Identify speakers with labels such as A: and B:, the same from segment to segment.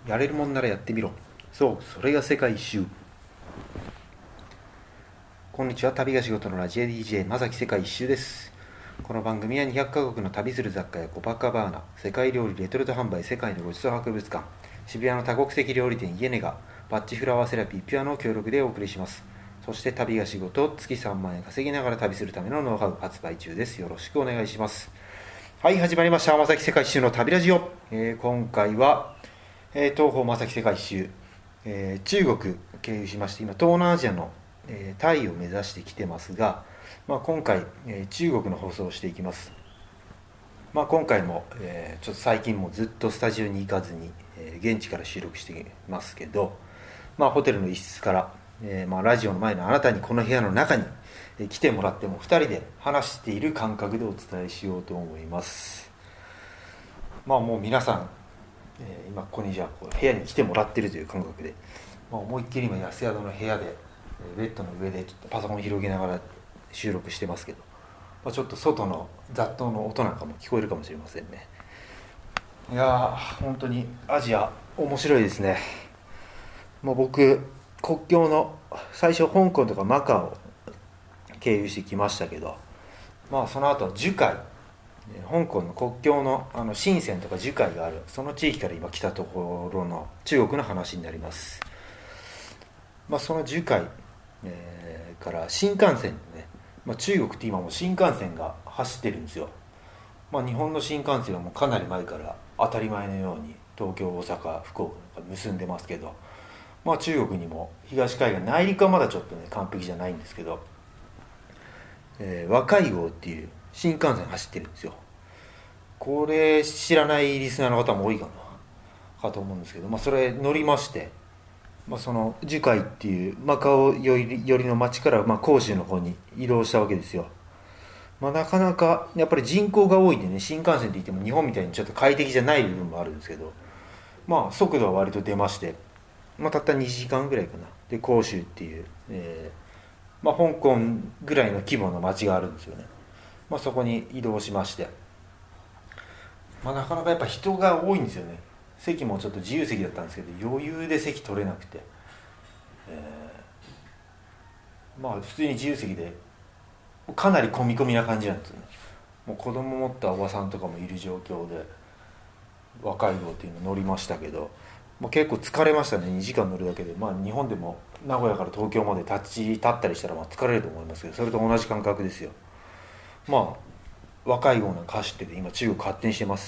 A: やれるもんならやってみろ。そう、それが世界一周。こんにちは。旅が仕事のラジエ DJ まさき世界一周です。この番組は200カ国の旅する雑貨やコパカバーナ、世界料理レトルト販売、世界のごちそう博物館、渋谷の多国籍料理店イエネガ、バッチフラワーセラピーピュアの協力でお送りします。そして旅が仕事、月3万円稼ぎながら旅するためのノウハウ発売中です。よろしくお願いします。はい、始まりました。まさき世界一周の旅ラジオ。今回は東方正木世界一周、中国経由しまして今東南アジアの、タイを目指してきてますが、今回、中国の放送をしていきます。今回も、ちょっと最近もずっとスタジオに行かずに、現地から収録していますけど、ホテルの一室から、ラジオの前のあなたにこの部屋の中に、来てもらっても2人で話している感覚でお伝えしようと思います。もう皆さん今ここにじゃあ部屋に来てもらってるという感覚で、思いっきり今安宿の部屋でベッドの上でちょっとパソコンを広げながら収録してますけど、ちょっと外の雑踏の音なんかも聞こえるかもしれませんね。いやー本当にアジア面白いですね。僕国境の最初香港とかマカオを経由してきましたけど、その後樹海、香港の国境の深センとか樹海があるその地域から今来たところの中国の話になります。その樹海、から新幹線でね、中国って今もう新幹線が走ってるんですよ。日本の新幹線はもうかなり前から当たり前のように東京、大阪、福岡が結んでますけど、中国にも東海岸、内陸はまだちょっとね完璧じゃないんですけど、和海号っていう新幹線走ってるんですよ。これ知らないリスナーの方も多いかと思うんですけど、それ乗りまして、その樹海っていうマカオ寄りの町から広州の方に移動したわけですよ。なかなかやっぱり人口が多いんでね、新幹線って言っても日本みたいにちょっと快適じゃない部分もあるんですけど、速度は割と出まして、たった2時間ぐらいかなで広州っていう、香港ぐらいの規模の町があるんですよね。そこに移動しまして、なかなかやっぱ人が多いんですよね。席もちょっと自由席だったんですけど余裕で席取れなくて、普通に自由席でかなり混み込みな感じなんですよね。もう子供持ったおばさんとかもいる状況で若い号っていうの乗りましたけど、結構疲れましたね。2時間乗るだけで、日本でも名古屋から東京まで立ったりしたら疲れると思いますけど、それと同じ感覚ですよ。若い号なんか走ってて今中国発展してます。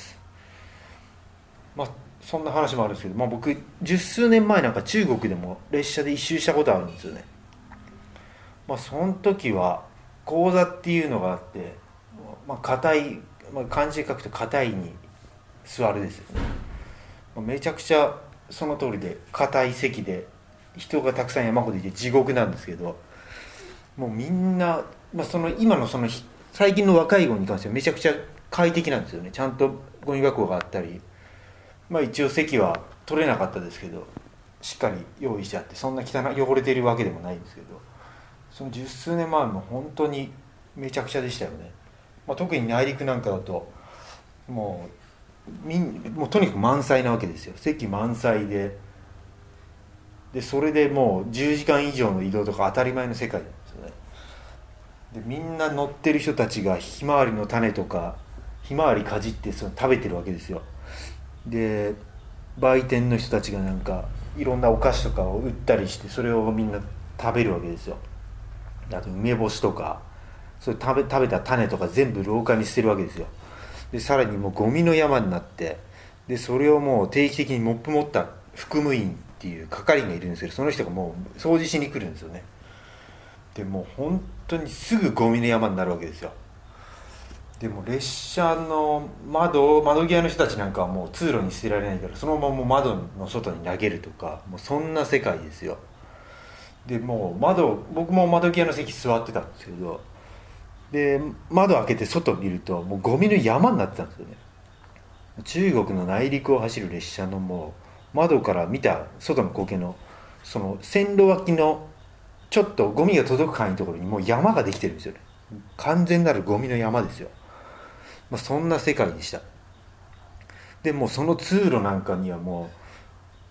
A: そんな話もあるんですけど、僕十数年前なんか中国でも列車で一周したことあるんですよね。その時は講座っていうのがあって、硬い、漢字で書くと硬いに座るですよね。めちゃくちゃその通りで硬い席で人がたくさん山ほどいて地獄なんですけど、もうみんな、今の最近の若い子に関してはめちゃくちゃ快適なんですよね。ちゃんとゴミ箱があったり、一応席は取れなかったですけどしっかり用意してあって、そんな汚れているわけでもないんですけど、その十数年前も本当にめちゃくちゃでしたよね。特に内陸なんかだともうとにかく満載なわけですよ。席満載でそれでもう10時間以上の移動とか当たり前の世界なんですよね。でみんな乗ってる人たちがひまわりの種とかひまわりかじってその食べてるわけですよ。で売店の人たちがなんかいろんなお菓子とかを売ったりして、それをみんな食べるわけですよ。あと梅干しとかそれ食べた種とか全部廊下に捨てるわけですよ。でさらにもうゴミの山になって、でそれをもう定期的にモップ持った服務員っていう係がいるんですけど、その人がもう掃除しに来るんですよね。でもう本当にすぐゴミの山になるわけですよ。でも列車の窓際の人たちなんかはもう通路に捨てられないから、そのまま窓の外に投げるとか、もうそんな世界ですよ。でもう僕も窓際の席座ってたんですけど、で窓開けて外見るともうゴミの山になってたんですよね。中国の内陸を走る列車のもう窓から見た外の光景のその線路脇のちょっとゴミが届く範囲のところにもう山ができてるんですよね。完全なるゴミの山ですよ。そんな世界でした。でもうその通路なんかにはも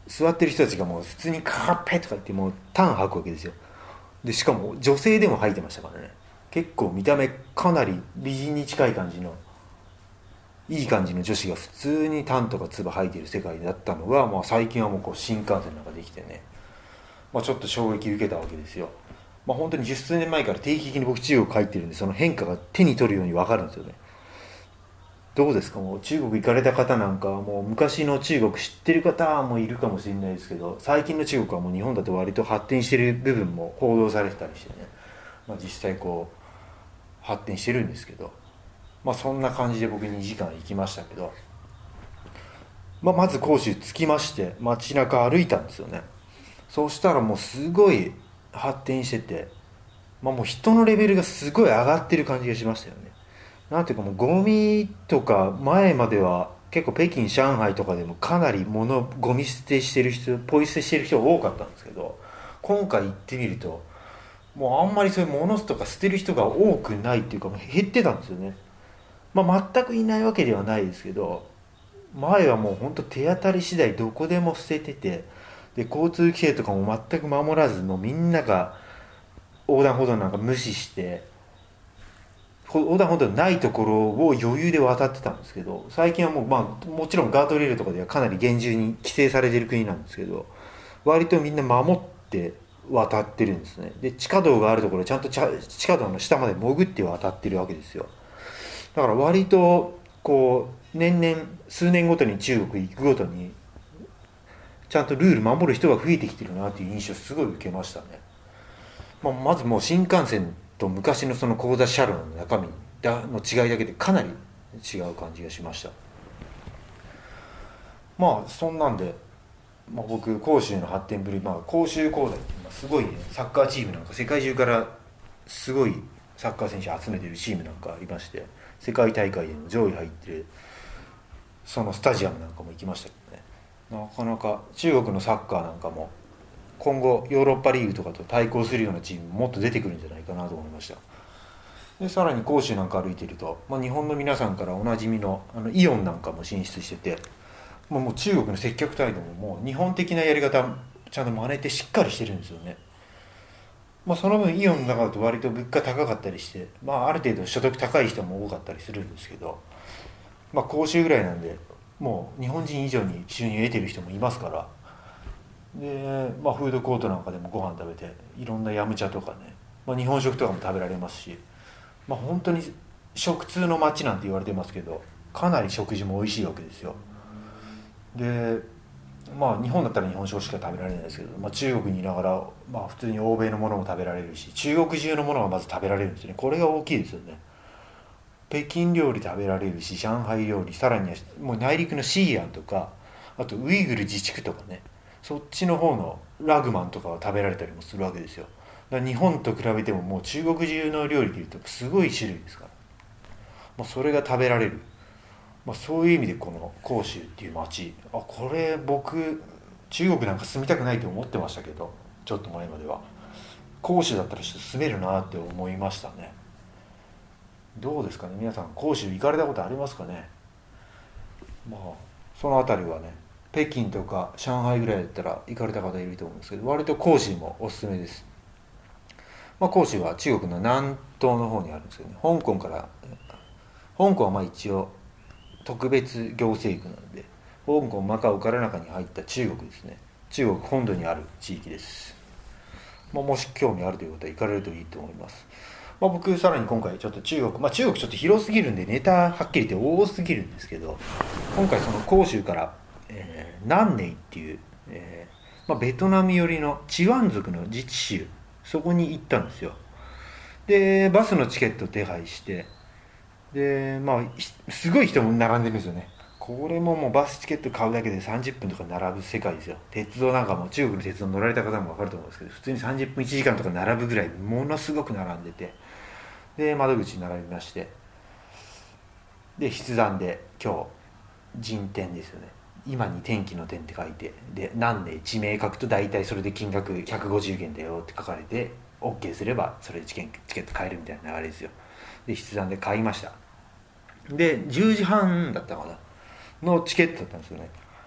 A: 座ってる人たちがもう普通にカーペとか言ってもうタン吐くわけですよ。でしかも女性でも吐いてましたからね。結構見た目かなり美人に近い感じのいい感じの女子が普通にタンとか唾吐いてる世界だったのが、まあ、最近はもうこう新幹線なんかできてね、まあ、ちょっと衝撃受けたわけですよ。まあ、本当に十数年前から定期的に僕中国帰ってるんで、その変化が手に取るように分かるんですよね。どうですか、もう中国行かれた方なんかはもう昔の中国知ってる方もいるかもしれないですけど、最近の中国はもう日本だと割と発展してる部分も報道されてたりしてね、まあ、実際こう発展してるんですけど、まあそんな感じで僕2時間行きましたけど、まあ、まず広州着きまして街中歩いたんですよね。そうしたらもうすごい発展してて、まあ、もう人のレベルがすごい上がってる感じがしましたよね。なんていうかもうゴミとか前までは結構北京上海とかでもかなりゴミ捨てしてる人ポイ捨てしてる人が多かったんですけど、今回行ってみるともうあんまりそういう物とか捨てる人が多くないっていうかもう減ってたんですよね。まあ全くいないわけではないですけど、前はもうほんと手当たり次第どこでも捨ててて、で交通規制とかも全く守らず、もうみんなが横断歩道なんか無視して横断歩道ないところを余裕で渡ってたんですけど、最近はもうまあもちろんガードレールとかではかなり厳重に規制されてる国なんですけど、割とみんな守って渡ってるんですね。で地下道があるところちゃんと地下道の下まで潜って渡ってるわけですよ。だから割とこう年々数年ごとに中国行くごとにちゃんとルール守る人が増えてきてるなっていう印象すごい受けましたね。まあ、まずもう新幹線と昔のその高座車両の中身の違いだけでかなり違う感じがしました。まあそんなんで、まあ、僕広州の発展ぶり、まあ、広州工大ってすごいねサッカーチームなんか世界中からすごいサッカー選手集めてるチームなんかありまして、世界大会でも上位入ってるそのスタジアムなんかも行きましたけどね、なかなか中国のサッカーなんかも今後ヨーロッパリーグとかと対抗するようなチームももっと出てくるんじゃないかなと思いました。でさらに広州なんか歩いていると、まあ、日本の皆さんからおなじみのイオンなんかも進出してて、もう中国の接客態度ももう日本的なやり方ちゃんと真似てしっかりしてるんですよね。まあ、その分イオンの中だと割と物価高かったりして、まあ、ある程度所得高い人も多かったりするんですけど、まあ、講習ぐらいなんでもう日本人以上に収入を得てる人もいますから、で、まあ、フードコートなんかでもご飯食べていろんなヤムチャとかね、まあ、日本食とかも食べられますし、まあ、本当に食通の街なんて言われてますけど、かなり食事も美味しいわけですよ。でまあ日本だったら日本食しか食べられないですけど、まあ、中国にいながら、まあ、普通に欧米のものも食べられるし、中国中のものがまず食べられるんですよね。これが大きいですよね。北京料理食べられるし、上海料理、さらにはもう内陸の西安とか、あとウイグル自治区とかね、そっちの方のラグマンとかは食べられたりもするわけですよ。だから日本と比べてももう中国中の料理でいうとすごい種類ですから、まあ、それが食べられる、まあ、そういう意味でこの広州っていう街、これ僕中国なんか住みたくないと思ってましたけど、ちょっと前までは広州だったらちょっと住めるなって思いましたね。どうですかね、皆さん広州行かれたことありますかね。まあその辺りはね、北京とか上海ぐらいだったら行かれた方いると思うんですけど、割と広州もおすすめです。まあ、広州は中国の南東の方にあるんですけどね、香港はまあ一応特別行政区なので、香港マカオから中に入った中国ですね、中国本土にある地域です。まあ、もし興味あるということは行かれるといいと思います。まあ、僕さらに今回ちょっと中国、まあ、中国ちょっと広すぎるんでネタはっきり言って多すぎるんですけど、今回その広州から、南寧っていう、まあ、ベトナム寄りのチワン族の自治州、そこに行ったんですよ。でバスのチケット手配して、でまあすごい人も並んでるんですよね。これももうバスチケット買うだけで30分とか並ぶ世界ですよ。鉄道なんかも中国の鉄道乗られた方も分かると思うんですけど、普通に30分1時間とか並ぶぐらいものすごく並んでて、で窓口に並びまして、で筆談で今日人天ですよね、今に天気の天って書いて、で何で地名書くと大体それで金額150元だよって書かれて OK すればそれでチケット買えるみたいな流れですよ。で筆談で買いました。で10時半だったかなのチケットだったんですよね。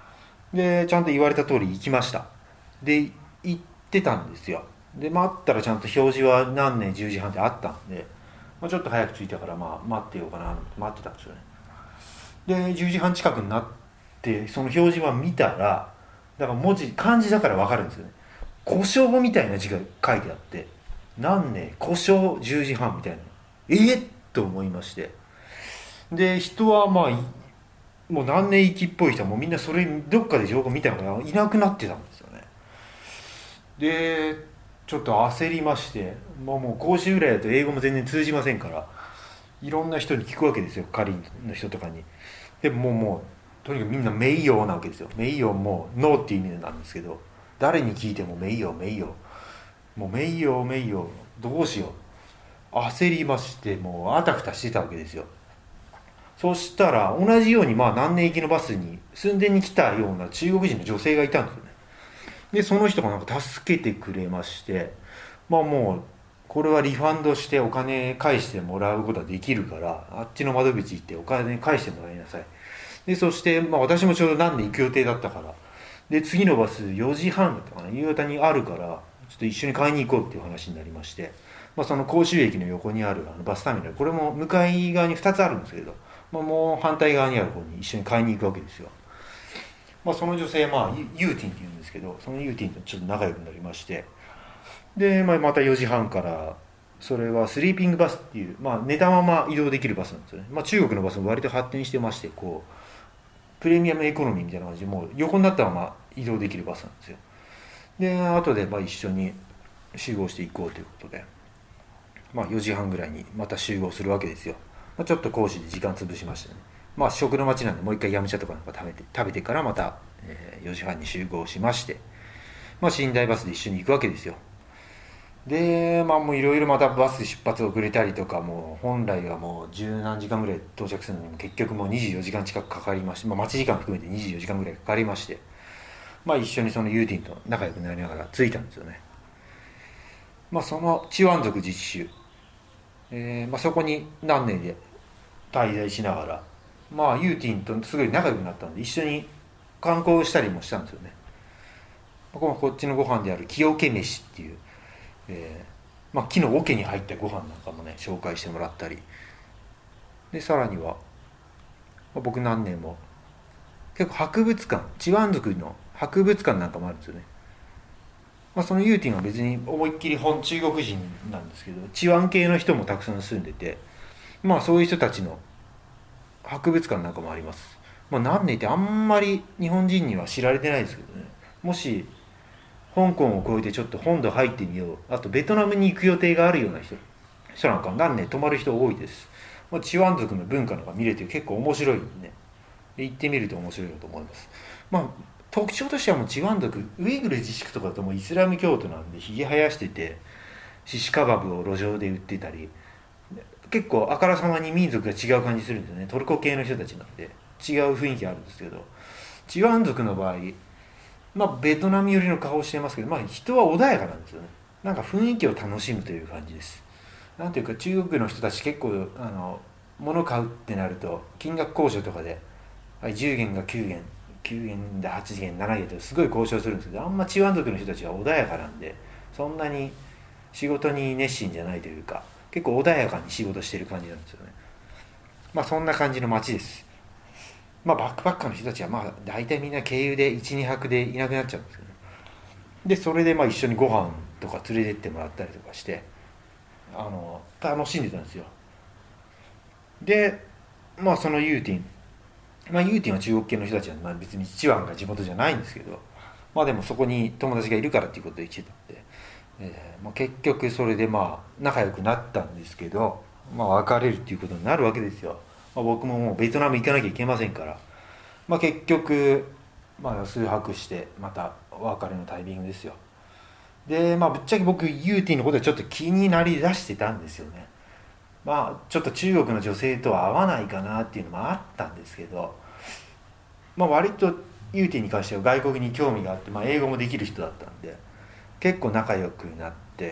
A: でちゃんと言われた通り行きました。で行ってたんですよ。で待ったらちゃんと表示は何年10時半ってあったんで、ちょっと早く着いたから待ってようかなと思って待ってたんですよね。で10時半近くになってその表示は見たら、だから漢字だから分かるんですよね。故障みたいな字が書いてあって、何年故障10時半みたいな、と思いまして、で人はもう何年生きっぽい人はもうみんなそれどっかで情報見たのがいなくなってたんですよね。でちょっと焦りまして、もう講習ぐらいだと英語も全然通じませんから、いろんな人に聞くわけですよ、カリンの人とかに。でもうとにかくみんな名誉なわけですよ。名誉もノーっていう意味なんですけど、誰に聞いても名誉名誉、もう名誉名誉、どうしよう、焦りまして、もうあたふたしてたわけですよ。そしたら同じように何年行きのバスに寸前に来たような中国人の女性がいたんですよね。でその人がなんか助けてくれまして、もうこれはリファンドしてお金返してもらうことはできるから、あっちの窓口行ってお金返してもらいなさい。でそして、私もちょうど何年行く予定だったから、で次のバス4時半だったかな、夕方にあるからちょっと一緒に買いに行こうっていう話になりまして、その甲州駅の横にあるバスターミナル、これも向かい側に2つあるんですけど、もう反対側にある方に一緒に買いに行くわけですよ。その女性ユーティンって言うんですけど、そのユーティンとちょっと仲良くなりまして、で、また4時半からそれはスリーピングバスっていう、寝たまま移動できるバスなんですよね。中国のバスも割と発展してまして、こうプレミアムエコノミーみたいな感じでもう横になったまま移動できるバスなんですよ。で後で一緒に集合していこうということで、4時半ぐらいにまた集合するわけですよ。ちょっと講師で時間潰しましたね。食の街なんでもう一回ヤムチャとかなんか食べてからまた、4時半に集合しまして、寝台バスで一緒に行くわけですよ。でもういろいろまたバス出発遅れたりとか、もう本来はもう十何時間ぐらい到着するのにも結局もう24時間近くかかりまして、待ち時間含めて24時間ぐらいかかりまして、一緒にそのユーティンと仲良くなりながら着いたんですよね。そのチワン族実習、そこに何年で滞在しながら、ユーティンとすごい仲良くなったんで一緒に観光したりもしたんですよね。こっちのご飯である木桶飯っていう、木の桶に入ったご飯なんかもね紹介してもらったりで、さらには、僕何年も結構博物館、チワン族の博物館なんかもあるんですよね。そのユーティンは別に思いっきり中国人なんですけど、チワン系の人もたくさん住んでて、そういう人たちの博物館なんかもあります。何年ってあんまり日本人には知られてないですけどね。もし香港を越えてちょっと本土入ってみよう、あとベトナムに行く予定があるような人なんか何年泊まる人多いです。チワン族の文化なんか見れて結構面白いんでね、行ってみると面白いと思います。特徴としてはもうチワン族、ウイグル自治区とかだともうイスラム教徒なんでひげ生やしてて、シシカバブを路上で売ってたり、結構あからさまに民族が違う感じするんですよね。トルコ系の人たちなんで違う雰囲気あるんですけど、チワン族の場合、ベトナム寄りの顔してますけど、人は穏やかなんですよね。なんか雰囲気を楽しむという感じです。なんていうか中国の人たち結構物買うってなると金額交渉とかで、10元が9元9元で8元7元とすごい交渉するんですけど、あんまチワン族の人たちは穏やかなんでそんなに仕事に熱心じゃないというか、結構穏やかに仕事してる感じなんですよね。そんな感じの街です。バックパッカーの人たちは大体みんな経由で12泊でいなくなっちゃうんですよね。でそれで一緒にご飯とか連れてってもらったりとかして楽しんでたんですよ。でそのユーティン、ユーティンは中国系の人たちは別にチワンが地元じゃないんですけど、でもそこに友達がいるからっていうことで来てたんで、結局それで仲良くなったんですけど、別れるっていうことになるわけですよ。僕ももうベトナム行かなきゃいけませんから、結局数泊してまたお別れのタイミングですよ。でぶっちゃけ僕ユーティンのことはちょっと気になりだしてたんですよね。ちょっと中国の女性とは合わないかなっていうのもあったんですけど、割とユーティンに関しては外国に興味があって、英語もできる人だったんで結構仲良くなって、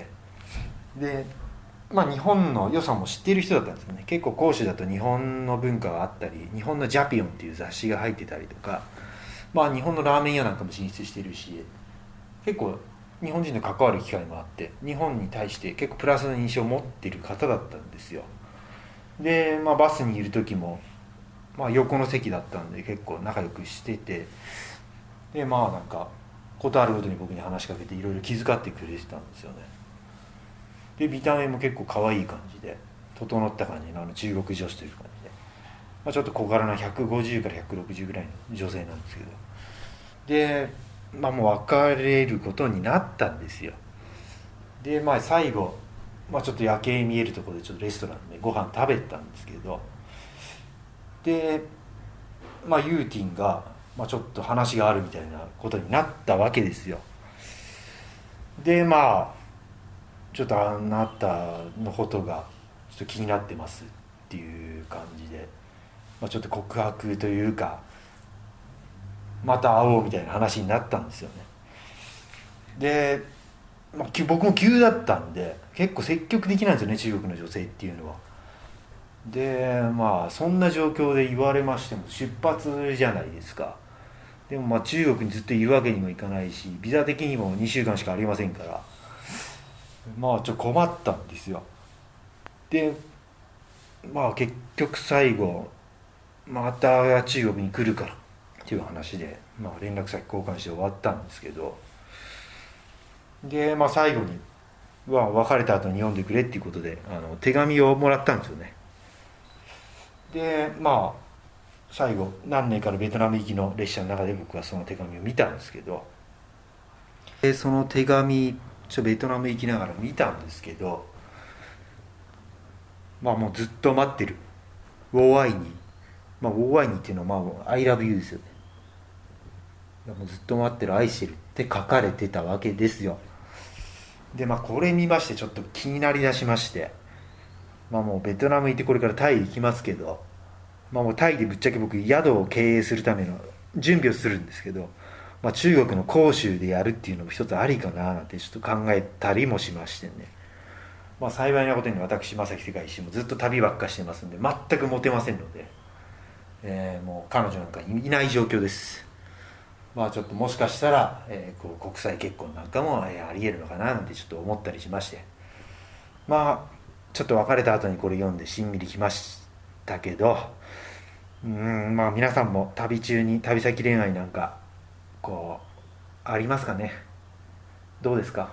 A: で日本の良さも知っている人だったんですよね。結構講師だと日本の文化があったり、日本のジャピオンっていう雑誌が入ってたりとか、 まあ日本のラーメン屋なんかも進出してるし、結構日本人と関わる機会もあって、日本に対して結構プラスの印象を持ってる方だったんですよ。で、まあ、バスにいる時も、まあ、横の席だったんで結構仲良くしてて、でまあなんか事あるごとに僕に話しかけていろいろ気遣ってくれてたんですよね。で見た目も結構可愛い感じで整った感じの中国女子という感じで、まあ、ちょっと小柄な150から160ぐらいの女性なんですけど、で、まあ、もう別れることになったんですよ。でまあ最後、まあ、ちょっと夜景見えるところでちょっとレストランでご飯食べたんですけど、でまあユーティンが、まあ、ちょっと話があるみたいなことになったわけですよ。でまあちょっとあなたのことがちょっと気になってますっていう感じで、まあ、ちょっと告白というかまた会おうみたいな話になったんですよね。で、まあ、僕も急だったんで結構積極的なんですよね、中国の女性っていうのは。でまあそんな状況で言われましても出発じゃないですか。でもまあ中国にずっといるわけにもいかないし、ビザ的にも2週間しかありませんから、まあちょっと困ったんですよ。でまあ結局最後また中国に来るからっていう話で、まあ、連絡先交換して終わったんですけど、でまあ最後に別れた後に読んでくれっていうことで手紙をもらったんですよね。でまあ最後何年かのベトナム行きの列車の中で僕はその手紙を見たんですけど、でその手紙ベトナム行きながら見たんですけど、まあもうずっと待ってる、ウォーアイに、まあウォーアイにっていうのはまあ I love you ですよね。もうずっと待ってる、愛してるって書かれてたわけですよ。でまあこれ見ましてちょっと気になりだしまして、まあもうベトナム行ってこれからタイ行きますけど、まあもうタイでぶっちゃけ僕宿を経営するための準備をするんですけど、まあ、中国の広州でやるっていうのも一つありかななんてちょっと考えたりもしましてね。まあ幸いなことに私正木世界一周もずっと旅ばっかしてますんで全くモテませんので、もう彼女なんかいない状況です。まあちょっともしかしたら、こう国際結婚なんかも、ありえるのかななんてちょっと思ったりしまして、まあちょっと別れた後にこれ読んでしんみりきましたけど、まあ皆さんも旅中に旅先恋愛なんかこうありますかね。どうですか。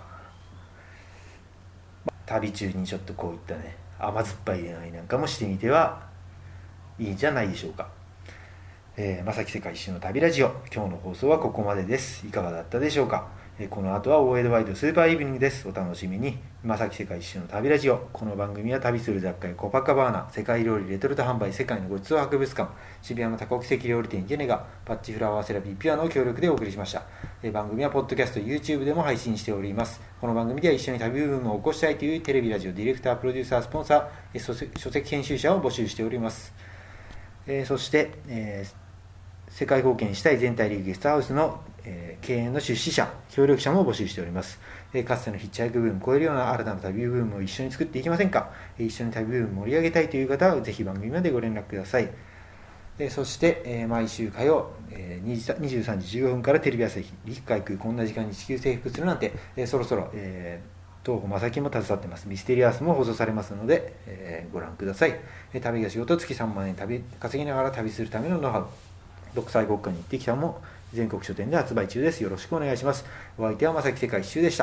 A: 旅中にちょっとこういったね甘酸っぱい恋愛なんかもしてみてはいいんじゃないでしょうか。正木世界一周の旅ラジオ、今日の放送はここまでです。いかがだったでしょうか。この後はオーエドワイドスーパーイブニングです。お楽しみに。正木世界一周の旅ラジオ、この番組は旅する雑貨やコパカバーナ、世界料理レトルト販売、世界のごちそう博物館、渋谷の多国籍料理店ジェネガ、パッチフラワーセラピーピュアの協力でお送りしました。番組はポッドキャスト YouTube でも配信しております。この番組では一緒に旅ブームを起こしたいというテレビラジオディレクタープロデューサースポンサー、書籍編集者を募集しております。そして、世界貢献したい全体リーグゲストハウスの、経営の出資者、協力者も募集しております。かつてのヒッチハイクブームを超えるような新たな旅ブームを一緒に作っていきませんか。一緒に旅ブームを盛り上げたいという方はぜひ番組までご連絡ください。そして、毎週火曜、23時15分からテレビ朝日陸海空こんな時間に地球征服するなんて、そろそろ、東方正樹も携わってますミステリアスも放送されますので、ご覧ください。旅が仕事、月3万円稼ぎながら旅するためのノウハウ、独裁国家に行ってきたも全国書店で発売中です。よろしくお願いします。お相手は正木世界一周でした。